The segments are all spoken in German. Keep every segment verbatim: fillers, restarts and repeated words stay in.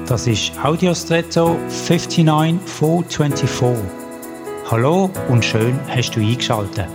Das ist Audiostretto neunundfünfzig vierhundertvierundzwanzig. Hallo und schön hast du eingeschaltet.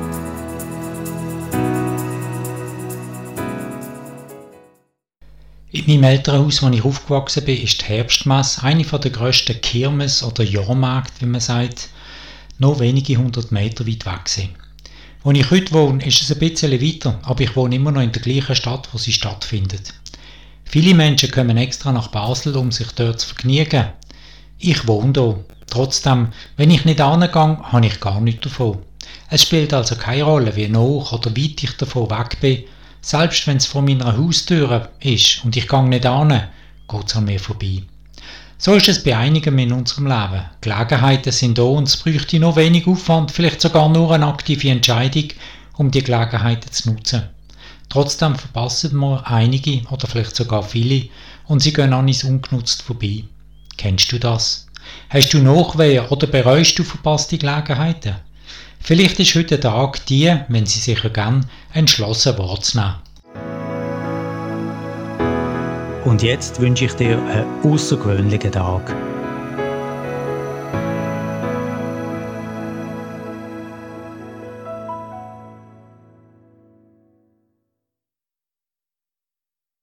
In meinem Elternhaus, wo ich aufgewachsen bin, ist die Herbstmesse eine der grössten Kirmes oder Jahrmärkte, wie man sagt, noch wenige hundert Meter weit weg gewesen. Wo ich heute wohne, ist es ein bisschen weiter, aber ich wohne immer noch in der gleichen Stadt, wo sie stattfindet. Viele Menschen kommen extra nach Basel, um sich dort zu vergnügen. Ich wohne hier. Trotzdem, wenn ich nicht hingehe, habe ich gar nichts davon. Es spielt also keine Rolle, wie nah oder weit ich davon weg bin. Selbst wenn es vor meiner Haustür ist und ich gehe nicht hin, geht es an mir vorbei. So ist es bei einigen in unserem Leben. Gelegenheiten sind da und es bräuchte noch wenig Aufwand, vielleicht sogar nur eine aktive Entscheidung, um die Gelegenheiten zu nutzen. Trotzdem verpassen wir einige oder vielleicht sogar viele und sie gehen an uns ungenutzt vorbei. Kennst du das? Hast du Nachwehen oder bereust du verpasste Gelegenheiten? Vielleicht ist heute der Tag die, wenn sie sich ergeben, entschlossen wahrzunehmen. Und jetzt wünsche ich dir einen außergewöhnlichen Tag.